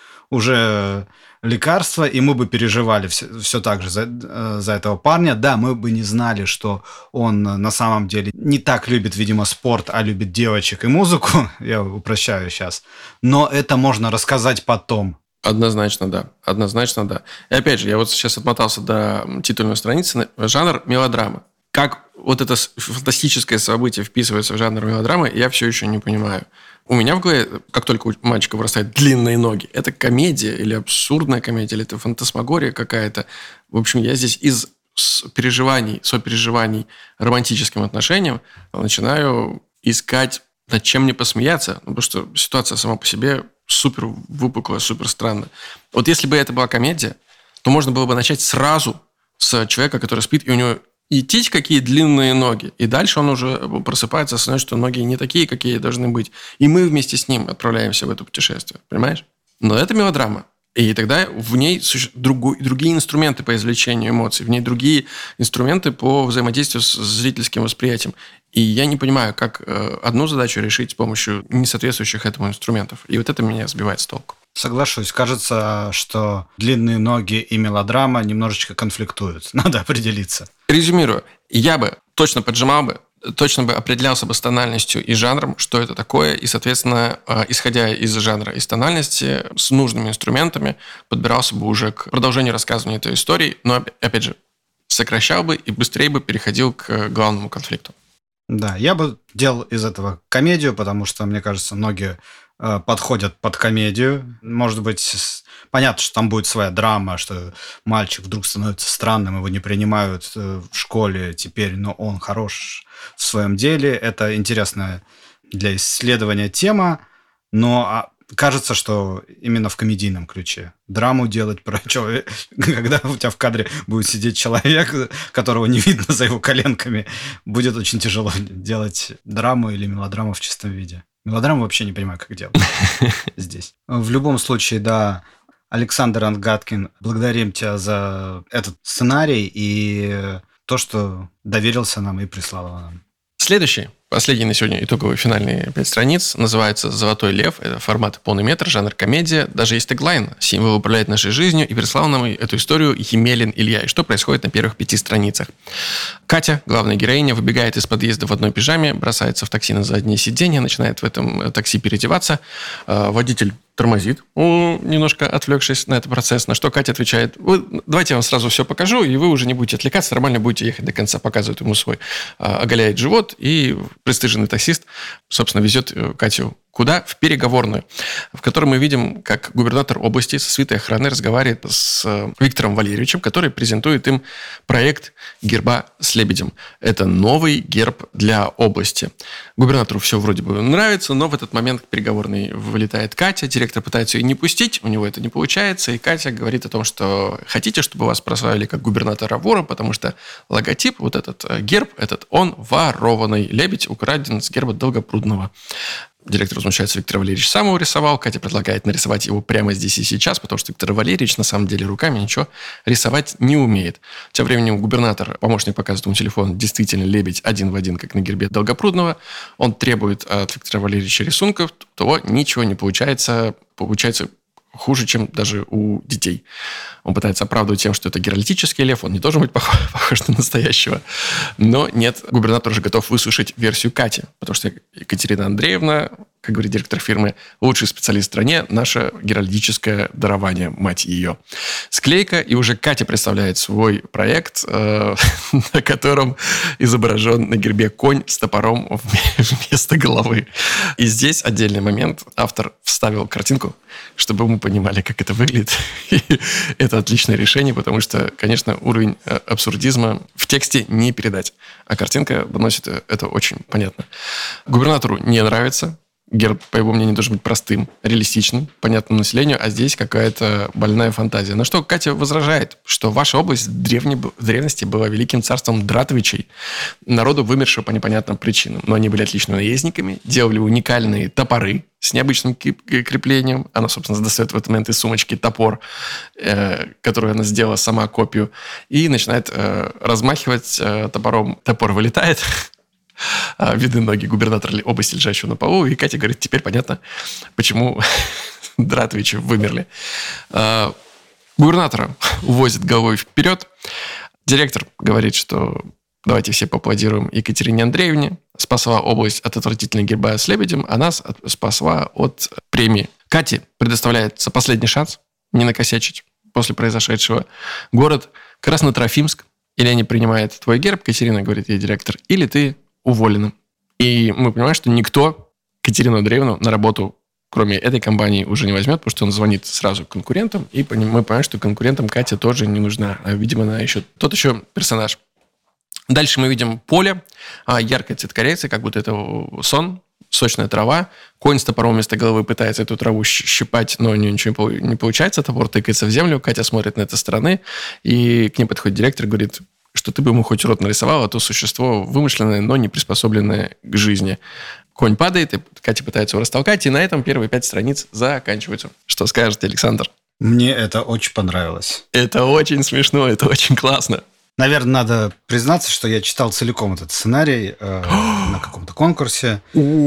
уже лекарства, и мы бы переживали все, все так же за, за этого парня. Да, мы бы не знали, что он на самом деле не так любит, видимо, спорт, а любит девочек и музыку. Я упрощаю сейчас. Но это можно рассказать потом. Однозначно, да. Однозначно, да. И опять же, я вот сейчас отмотался до титульной страницы. Жанр мелодрама. Как вот это фантастическое событие вписывается в жанр мелодрамы, я все еще не понимаю. У меня в голове, как только у мальчика вырастают длинные ноги, это комедия или абсурдная комедия, или это фантасмагория какая-то. В общем, я здесь из переживаний, сопереживаний романтическим отношениям начинаю искать, над чем мне посмеяться, ну, потому что ситуация сама по себе супер выпуклая, супер странная. Вот если бы это была комедия, то можно было бы начать сразу с человека, который спит, и у него и тить какие длинные ноги. И дальше он уже просыпается, осознает, что ноги не такие, какие должны быть. И мы вместе с ним отправляемся в это путешествие. Понимаешь? Но это мелодрама. И тогда в ней другой, другие инструменты по извлечению эмоций, в ней другие инструменты по взаимодействию с зрительским восприятием. И я не понимаю, как одну задачу решить с помощью несоответствующих этому инструментов. И вот это меня сбивает с толку. Соглашусь. Кажется, что длинные ноги и мелодрама немножечко конфликтуют. Надо определиться. Резюмирую. Я бы точно поджимал бы, точно бы определялся бы с тональностью и жанром, что это такое, и, соответственно, исходя из жанра и с тональности, с нужными инструментами, подбирался бы уже к продолжению рассказывания этой истории, но, опять же, сокращал бы и быстрее бы переходил к главному конфликту. Да, я бы делал из этого комедию, потому что, мне кажется, многие подходят под комедию. Может быть, понятно, что там будет своя драма, что мальчик вдруг становится странным, его не принимают в школе теперь, но он хорош в своем деле. Это интересная для исследования тема, но кажется, что именно в комедийном ключе. Драму делать про человека, когда у тебя в кадре будет сидеть человек, которого не видно за его коленками, будет очень тяжело делать драму или мелодраму в чистом виде. Мелодраму вообще не понимаю, как делать здесь. В любом случае, да, Александр Ангаткин, благодарим тебя за этот сценарий и то, что доверился нам и прислал его нам. Следующий, последний на сегодня итоговый финальный пять страниц, называется «Золотой лев». Это формат полный метр, жанр комедия. Даже есть теглайн «Символ управляет нашей жизнью». И прислал нам эту историю Емелин Илья. И что происходит на первых пяти страницах? Катя, главная героиня, выбегает из подъезда в одной пижаме, бросается в такси на заднее сиденье, начинает в этом такси переодеваться. Водитель тормозит, немножко отвлекшись на этот процесс, на что Катя отвечает: давайте я вам сразу все покажу, и вы уже не будете отвлекаться, нормально будете ехать до конца. Показывает ему свой, оголяет живот, и пристыженный таксист, собственно, везет Катю куда? В переговорную, в которой мы видим, как губернатор области со свитой охраны разговаривает с Виктором Валерьевичем, который презентует им проект герба с лебедем. Это новый герб для области. Губернатору все вроде бы нравится, но в этот момент к переговорной вылетает Катя, директор пытается ее не пустить, у него это не получается, и Катя говорит о том, что хотите, чтобы вас прославили как губернатора вора, потому что логотип, вот этот герб, этот он ворованный. Лебедь украден с герба Долгопрудного. Директор возмущается, Виктор Валерьевич сам его рисовал. Катя предлагает нарисовать его прямо здесь и сейчас, потому что Виктор Валерьевич на самом деле руками ничего рисовать не умеет. Тем временем губернатор, помощник показывает ему телефон, действительно лебедь один в один, как на гербе Долгопрудного. Он требует от Виктора Валерьевича рисунков, то ничего не получается. Получается хуже, чем даже у детей. Он пытается оправдывать тем, что это геральдический лев, он не должен быть похож, похож на настоящего. Но нет, губернатор уже готов выслушать версию Кати, потому что Екатерина Андреевна, как говорит директор фирмы, лучший специалист в стране, наше геральдическое дарование, мать ее. Склейка, и уже Катя представляет свой проект, э, на котором изображен на гербе конь с топором вместо головы. И здесь отдельный момент. Автор вставил картинку, чтобы мы понимали, как это выглядит. И это отличное решение, потому что, конечно, уровень абсурдизма в тексте не передать. А картинка выносит это очень понятно. Губернатору не нравится. Герб, по его мнению, должен быть простым, реалистичным, понятным населению, а здесь какая-то больная фантазия. На что Катя возражает, что ваша область в, древне, в древности была великим царством Дратовичей, народу, вымершего по непонятным причинам. Но они были отличными наездниками, делали уникальные топоры с необычным креплением. Она, собственно, достает в этот момент из сумочки топор, э, которую она сделала сама копию, и начинает э, размахивать э, топором. Топор вылетает. Видны ноги губернатора области, лежащего на полу. И Катя говорит, теперь понятно, почему Дратовичи вымерли. Губернатора увозят головой вперед. Директор говорит, что давайте все поаплодируем Екатерине Андреевне. Спасла область от отвратительной герба с лебедем, а нас спасла от премии. Кате предоставляется последний шанс не накосячить после произошедшего. Город Краснотрофимск. Или они принимают твой герб, Катерина говорит ей директор, или ты уволена. И мы понимаем, что никто Катерину Андреевну на работу, кроме этой компании, уже не возьмет, потому что он звонит сразу конкурентам, и мы понимаем, что конкурентам Катя тоже не нужна. А, видимо, она еще тот еще персонаж. Дальше мы видим поле, яркая цветкоррекция, как будто это сон, сочная трава. Конь с топором вместо головы пытается эту траву щипать, но у нее ничего не получается. Топор тыкается в землю, Катя смотрит на это со стороны, и к ней подходит директор и говорит, что ты бы ему хоть рот нарисовал, а то существо вымышленное, но не приспособленное к жизни. Конь падает, и Катя пытается его растолкать, и на этом первые пять страниц заканчиваются. Что скажете, Александр? Мне это очень понравилось. Это очень смешно, это очень классно. Наверное, надо признаться, что я читал целиком этот сценарий э, на каком-то конкурсе.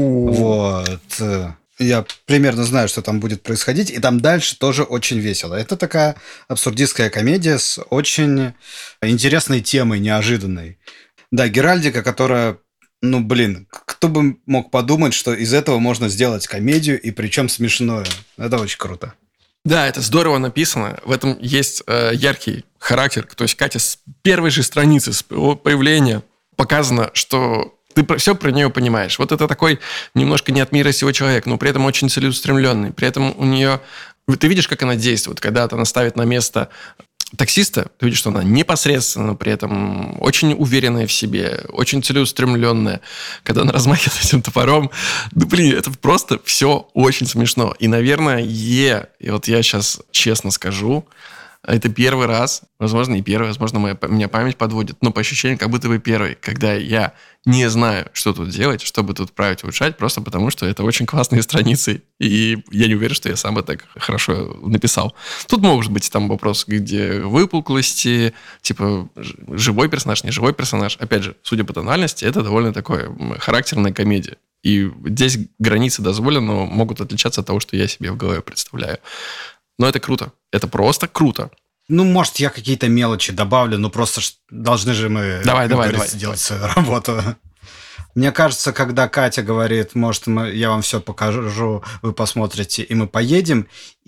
Вот. Я примерно знаю, что там будет происходить, и там дальше тоже очень весело. Это такая абсурдистская комедия с очень интересной темой, неожиданной. Да, геральдика, которая, ну, блин, кто бы мог подумать, что из этого можно сделать комедию, и причем смешную. Это очень круто. Да, это здорово написано. В этом есть э, яркий характер. То есть Катя с первой же страницы, с появления показано, что ты все про нее понимаешь. Вот это такой немножко не от мира сего человек, но при этом очень целеустремленный. При этом у нее... Ты видишь, как она действует. Когда она ставит на место таксиста, ты видишь, что она непосредственно, но при этом очень уверенная в себе, очень целеустремленная. Когда она размахивает этим топором, да блин, это просто все очень смешно. И, наверное, е, и вот я сейчас честно скажу, Это первый раз, возможно, не первый, возможно, моя, меня память подводит, но по ощущениям, как будто бы первый, когда я не знаю, что тут делать, чтобы тут править, улучшать, просто потому что это очень классные страницы, и я не уверен, что я сам бы так хорошо написал. Тут может быть там вопрос, где выпуклости, типа живой персонаж, не живой персонаж. Опять же, судя по тональности, это довольно такое характерная комедия. И здесь границы дозволены, но могут отличаться от того, что я себе в голове представляю. Но это круто. Это просто круто. Ну, может, я какие-то мелочи добавлю, но просто должны же мы, давай, как давай, говорится, давай. делать свою работу. Мне кажется, когда Катя говорит, может, мы, я вам все покажу, вы посмотрите, и мы поедем,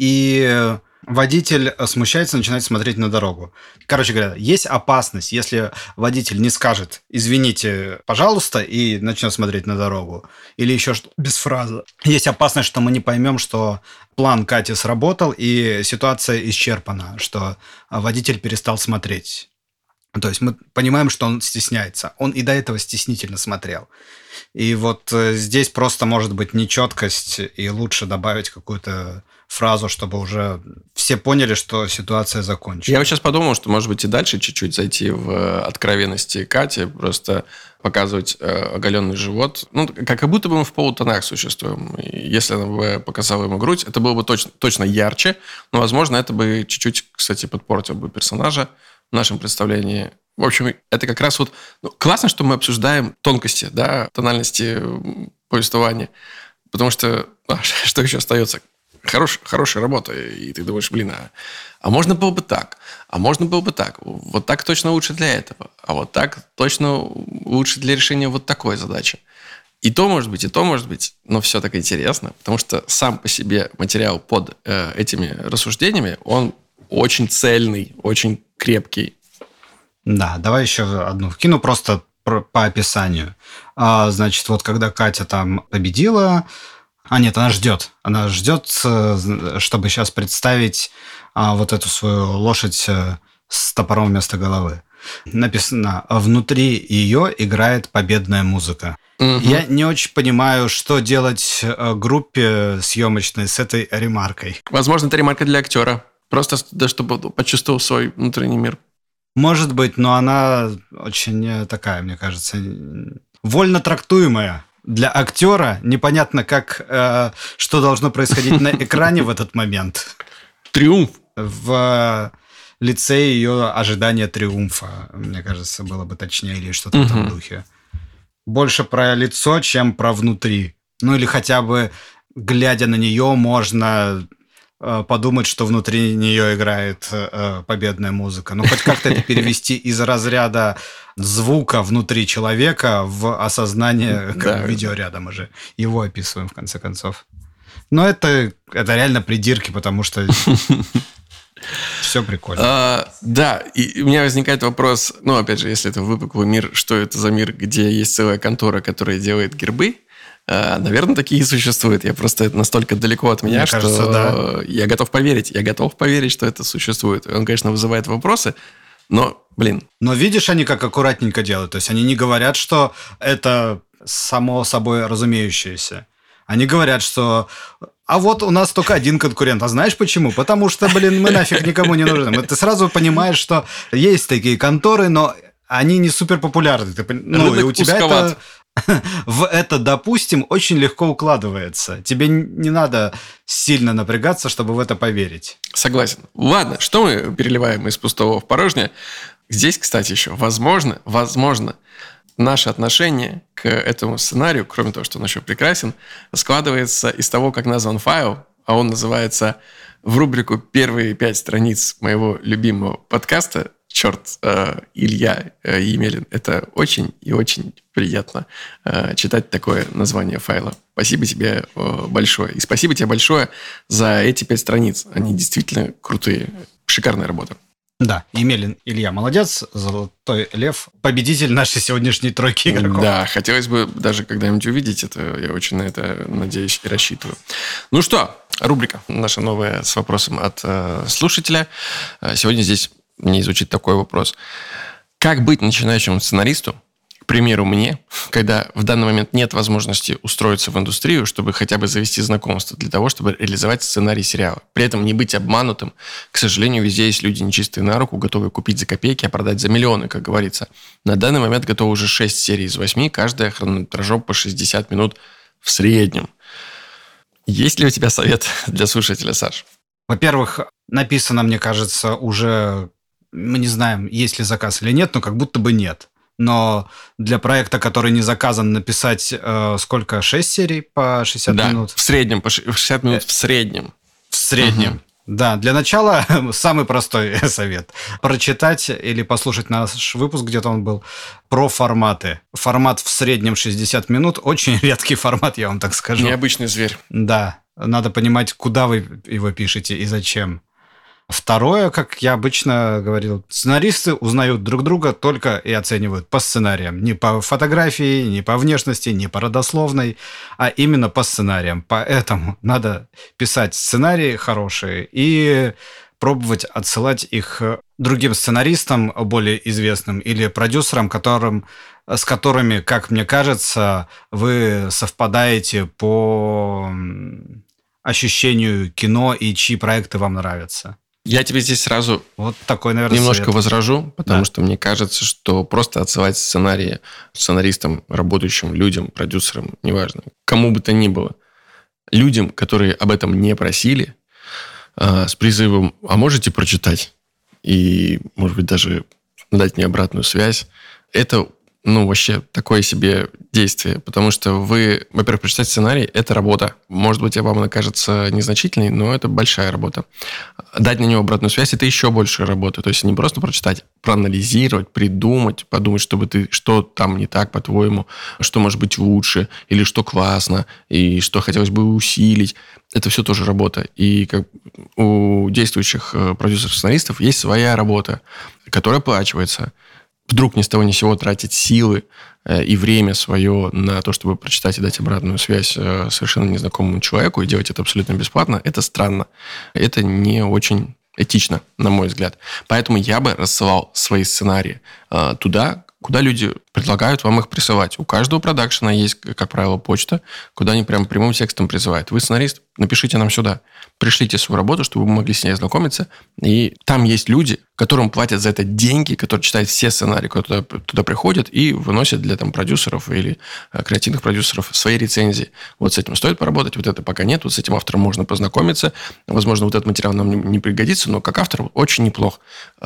и водитель смущается, начинает смотреть на дорогу. Короче говоря, есть опасность, если водитель не скажет «извините, пожалуйста», и начнет смотреть на дорогу, или еще что без фразы. Есть опасность, что мы не поймем, что план Кати сработал, и ситуация исчерпана, что водитель перестал смотреть. То есть мы понимаем, что он стесняется. Он и до этого стеснительно смотрел. И вот здесь просто может быть нечеткость, и лучше добавить какую-то фразу, чтобы уже все поняли, что ситуация закончена. Я вот сейчас подумал, что, может быть, и дальше чуть-чуть зайти в откровенности Кати, просто показывать э, оголенный живот. Ну, как будто бы мы в полутонах существуем. И если она бы показала ему грудь, это было бы точно, точно ярче, но, возможно, это бы чуть-чуть, кстати, подпортило бы персонажа в нашем представлении. В общем, это как раз вот... Ну, классно, что мы обсуждаем тонкости, да, тональности повествования. Потому что... А, что еще остается? Хорош, хорошая работа. И ты думаешь, блин, а, а можно было бы так? А можно было бы так? Вот так точно лучше для этого. А вот так точно лучше для решения вот такой задачи. И то может быть, и то может быть. Но все так интересно. Потому что сам по себе материал под э, этими рассуждениями, он очень цельный, очень крепкий. Да, давай еще одну вкину просто по, по описанию. А, значит, вот когда Катя там победила... А нет, она ждет. Она ждет, чтобы сейчас представить а, вот эту свою лошадь с топором вместо головы. Написано, внутри ее играет победная музыка. Угу. Я не очень понимаю, что делать группе съемочной с этой ремаркой. Возможно, это ремарка для актера. Просто да, чтобы почувствовал свой внутренний мир. Может быть, но она очень такая, мне кажется, вольно трактуемая. Для актера непонятно, как, э, что должно происходить на экране в этот момент. Триумф. В лице ее ожидания триумфа, мне кажется, было бы точнее, или что-то угу. в этом духе. Больше про лицо, чем про внутри. Ну, или хотя бы, глядя на нее, можно э, подумать, что внутри нее играет э, победная музыка. Ну, хоть как-то это перевести из разряда звука внутри человека в осознание, как да, видео рядом уже. Его описываем, в конце концов. Но это, это реально придирки, потому что все прикольно. А, да, и у меня возникает вопрос, ну, опять же, если это выпуклый мир, что это за мир, где есть целая контора, которая делает гербы? А, наверное, такие существуют. Я просто это настолько далеко от меня, Мне что кажется, да. я готов поверить. Я готов поверить, что это существует. Он, конечно, вызывает вопросы, но, блин. Но видишь, они как аккуратненько делают. То есть они не говорят, что это само собой разумеющееся. Они говорят, что а вот у нас только один конкурент. А знаешь почему? Потому что, блин, мы нафиг никому не нужны. Ты сразу понимаешь, что есть такие конторы, но они не супер популярны. Ты, ну, Рынок и у тебя узковат. Это... в это, допустим, очень легко укладывается. Тебе не надо сильно напрягаться, чтобы в это поверить. Согласен. Ладно, что мы переливаем из пустого в порожнее? Здесь, кстати, еще, возможно, возможно, наше отношение к этому сценарию, кроме того, что он еще прекрасен, складывается из того, как назван файл, а он называется в рубрику «Первые пять страниц моего любимого подкаста». Черт, э, Илья э, Емелин. Это очень и очень приятно э, читать такое название файла. Спасибо тебе э, большое. И спасибо тебе большое за эти пять страниц. Они действительно крутые. Шикарная работа. Да, Емелин Илья молодец, золотой лев, победитель нашей сегодняшней тройки игроков. Да, хотелось бы даже когда-нибудь увидеть это. Я очень на это надеюсь и рассчитываю. Ну что, рубрика наша новая с вопросом от э, слушателя. Сегодня здесь мне звучит такой вопрос. Как быть начинающему сценаристу К примеру, мне, когда в данный момент нет возможности устроиться в индустрию, чтобы хотя бы завести знакомство для того, чтобы реализовать сценарий сериала. При этом не быть обманутым. К сожалению, везде есть люди нечистые на руку, готовые купить за копейки, а продать за миллионы, как говорится. На данный момент готово уже шесть серий из восьми, каждая хронометражом по шестьдесят минут в среднем. Есть ли у тебя совет для слушателя, Саш? Во-первых, написано, мне кажется, уже... Мы не знаем, есть ли заказ или нет, но как будто бы нет. Но для проекта, который не заказан, написать э, сколько? шесть серий по шестьдесят да, минут? в среднем, по шестьдесят минут в среднем. В среднем. Угу. Да, для начала самый простой совет. Прочитать или послушать наш выпуск, где-то он был, про форматы. Формат в среднем шестьдесят минут. Очень редкий формат, я вам так скажу. Необычный зверь. Да, надо понимать, куда вы его пишете и зачем. Второе, как я обычно говорил, сценаристы узнают друг друга только и оценивают по сценариям. Не по фотографии, не по внешности, не по родословной, а именно по сценариям. Поэтому надо писать сценарии хорошие и пробовать отсылать их другим сценаристам, более известным, или продюсерам, которым, с которыми, как мне кажется, вы совпадаете по ощущению кино и чьи проекты вам нравятся. Я тебе здесь сразу вот такой, наверное, немножко совет. возражу, потому да. что мне кажется, что просто отсылать сценарии сценаристам, работающим людям, продюсерам, неважно, кому бы то ни было, людям, которые об этом не просили, с призывом «а можете прочитать?» и, может быть, даже дать мне обратную связь, это, ну, вообще такое себе действие, потому что вы, во-первых, прочитать сценарий – это работа. Может быть, вам она кажется незначительной, но это большая работа. Дать на него обратную связь – это еще больше работы. То есть не просто прочитать, проанализировать, придумать, подумать, чтобы ты, что там не так, по-твоему, что может быть лучше, или что классно, и что хотелось бы усилить. Это все тоже работа. И как у действующих продюсеров-сценаристов есть своя работа, которая оплачивается. Вдруг ни с того ни с сего тратить силы и время свое на то, чтобы прочитать и дать обратную связь совершенно незнакомому человеку и делать это абсолютно бесплатно, это странно. Это не очень этично, на мой взгляд. Поэтому я бы рассылал свои сценарии туда, куда люди предлагают вам их присылать. У каждого продакшена есть, как правило, почта, куда они прям прямым текстом призывают. Вы сценарист, напишите нам сюда. Пришлите свою работу, чтобы мы могли с ней ознакомиться. И там есть люди, которым платят за это деньги, которые читают все сценарии, которые туда, туда приходят и выносят для там, продюсеров или креативных продюсеров свои рецензии. Вот с этим стоит поработать, вот это пока нет, вот с этим автором можно познакомиться. Возможно, вот этот материал нам не, не пригодится, но как автор очень неплох.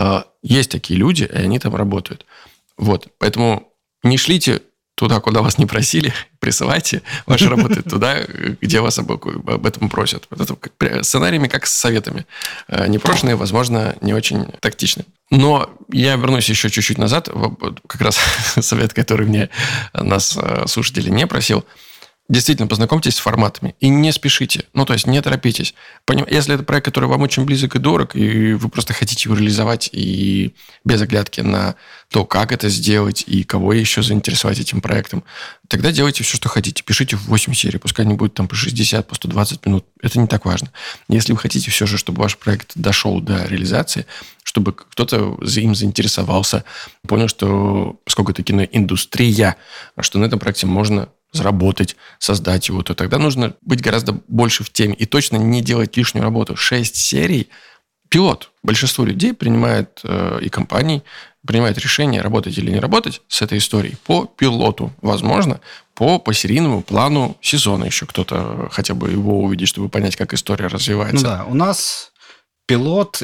Есть такие люди, и они там работают. Вот, поэтому не шлите туда, куда вас не просили, присылайте ваши работы туда, где вас об, об этом просят. Вот это сценариями, как с советами. Непрошенные, возможно, не очень тактичны. Но я вернусь еще чуть-чуть назад. Как раз совет, который мне нас слушатели не просил. Действительно, познакомьтесь с форматами и не спешите. Ну, то есть, не торопитесь. Если это проект, который вам очень близок и дорог, и вы просто хотите его реализовать, и без оглядки на то, как это сделать, и кого еще заинтересовать этим проектом, тогда делайте все, что хотите. Пишите в восемь серий, пускай они будут там по шестьдесят, по сто двадцать минут. Это не так важно. Если вы хотите все же, чтобы ваш проект дошел до реализации, чтобы кто-то им заинтересовался, понял, что поскольку это киноиндустрия, что на этом проекте можно заработать, создать его, то тогда нужно быть гораздо больше в теме и точно не делать лишнюю работу. Шесть серий – пилот. Большинство людей принимает, э, и компаний принимает решение, работать или не работать с этой историей по пилоту. Возможно, по, по серийному плану сезона еще кто-то хотя бы его увидит, чтобы понять, как история развивается. Ну да, у нас пилот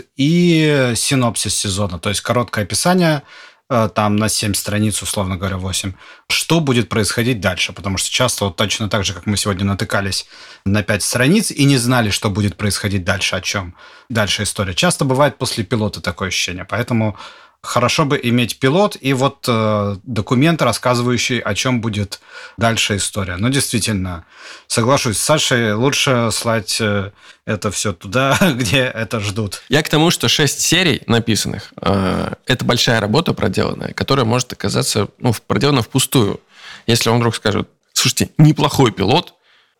и синопсис сезона, то есть короткое описание, там на семь страниц, условно говоря, восемь. Что будет происходить дальше? Потому что часто, вот точно так же, как мы сегодня натыкались на пять страниц и не знали, что будет происходить дальше, о чем дальше история. Часто бывает после пилота такое ощущение. Поэтому хорошо бы иметь пилот и вот э, документ, рассказывающий, о чем будет дальше история. Но действительно, соглашусь с Сашей, лучше слать э, это все туда, где это ждут. Я к тому, что шесть серий написанных э, – это большая работа проделанная, которая может оказаться ну, проделана впустую. Если он вдруг скажет, слушайте, неплохой пилот,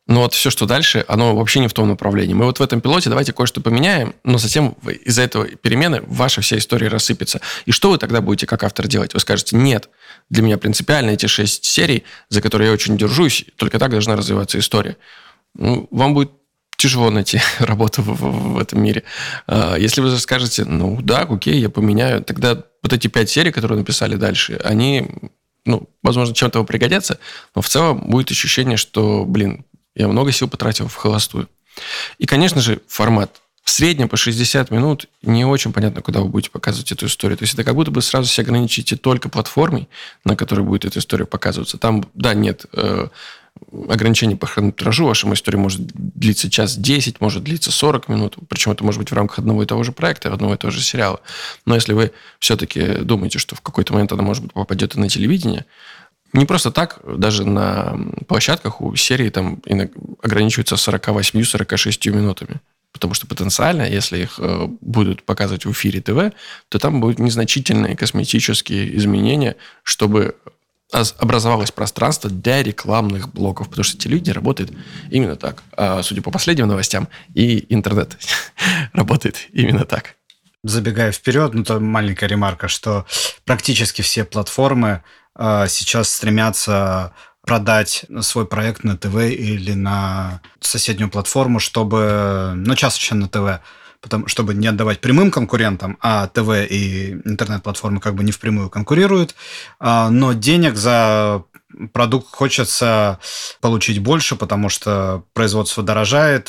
но вот все, что дальше, оно вообще не в том направлении. Мы вот в этом пилоте давайте кое-что поменяем, но затем из-за этого перемены ваша вся история рассыпется. И что вы тогда будете как автор делать? Вы скажете, нет, для меня принципиально эти шесть серий, за которые я очень держусь, только так должна развиваться история. Ну, вам будет тяжело найти работу в, в, в этом мире. Если вы скажете, ну да, окей, я поменяю, тогда вот эти пять серий, которые написали дальше, они, ну, возможно, чем-то вам пригодятся, но в целом будет ощущение, что, блин, я много сил потратил в холостую. И, конечно же, формат. В среднем по шестьдесят минут не очень понятно, куда вы будете показывать эту историю. То есть это как будто бы сразу себя ограничите только платформой, на которой будет эта история показываться. Там, да, нет э, ограничений по хронометражу. Ваша история может длиться час десять, может длиться сорок минут. Причем это может быть в рамках одного и того же проекта, одного и того же сериала. Но если вы все-таки думаете, что в какой-то момент она, может быть, попадет и на телевидение, не просто так, даже на площадках у серии там ограничиваются сорок восемь - сорок шесть минутами. Потому что потенциально, если их э, будут показывать в эфире ТВ, то там будут незначительные косметические изменения, чтобы образовалось пространство для рекламных блоков. Потому что телевидение работает именно так. А, судя по последним новостям, и интернет работает именно так. Забегая вперед, ну, то маленькая ремарка, что практически все платформы э, сейчас стремятся продать свой проект на ТВ или на соседнюю платформу, чтобы, ну, чаще на ТВ, потому, чтобы не отдавать прямым конкурентам, а ТВ и интернет-платформы как бы не впрямую конкурируют, э, но денег за продукт хочется получить больше, потому что производство дорожает,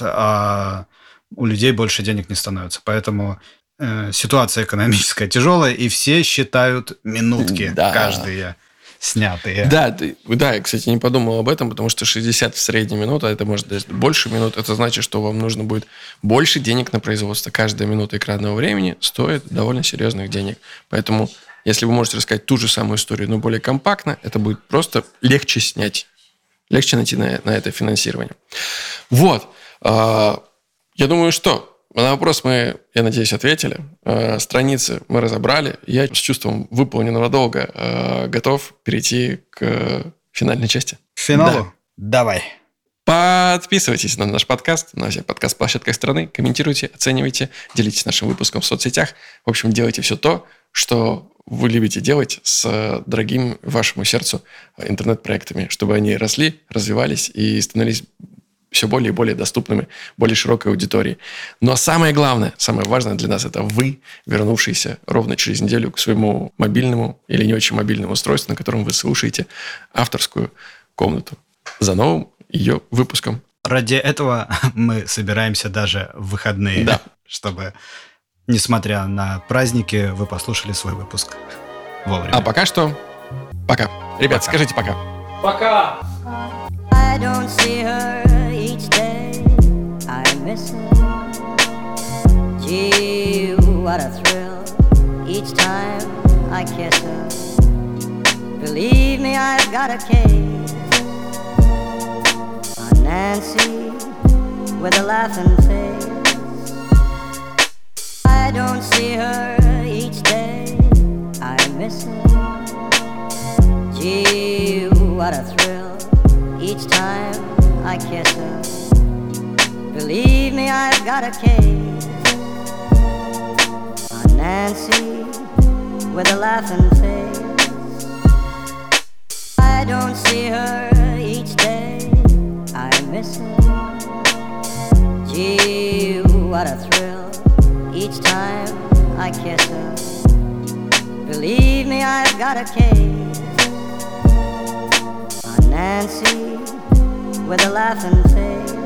а у людей больше денег не становится. Поэтому ситуация экономическая тяжелая, и все считают минутки, да. Каждые снятые. Да, да, я, кстати, не подумал об этом, потому что шестьдесят в среднем минут, а это может быть больше минут, это значит, что вам нужно будет больше денег на производство. Каждая минута экранного времени стоит довольно серьезных денег. Поэтому, если вы можете рассказать ту же самую историю, но более компактно, это будет просто легче снять. Легче найти на, на это финансирование. Вот. Я думаю, что... На вопрос мы, я надеюсь, ответили. Э, страницы мы разобрали. Я с чувством выполненного долга э, готов перейти к финальной части. К финалу? Да. Давай. Подписывайтесь на наш подкаст, на всех подкаст-площадках страны. Комментируйте, оценивайте, делитесь нашим выпуском в соцсетях. В общем, делайте все то, что вы любите делать с дорогими вашему сердцу интернет-проектами, чтобы они росли, развивались и становились все более и более доступными, более широкой аудитории. Но самое главное, самое важное для нас – это вы, вернувшиеся ровно через неделю к своему мобильному или не очень мобильному устройству, на котором вы слушаете авторскую комнату, за новым ее выпуском. Ради этого мы собираемся даже в выходные, да. Чтобы, несмотря на праздники, вы послушали свой выпуск вовремя. А пока что пока. Ребят, пока. Скажите пока. Пока! I don't see her each day, I miss her. Gee, what a thrill each time I kiss her. Believe me, I've got a case on Nancy with a laughing face. I don't see her each day, I miss her. Gee, what a thrill each time I kiss her. Believe me, I've got a case on Nancy with a laughing face. I don't see her each day, I miss her. Gee, what a thrill each time I kiss her. Believe me, I've got a case on Nancy with a laughing face.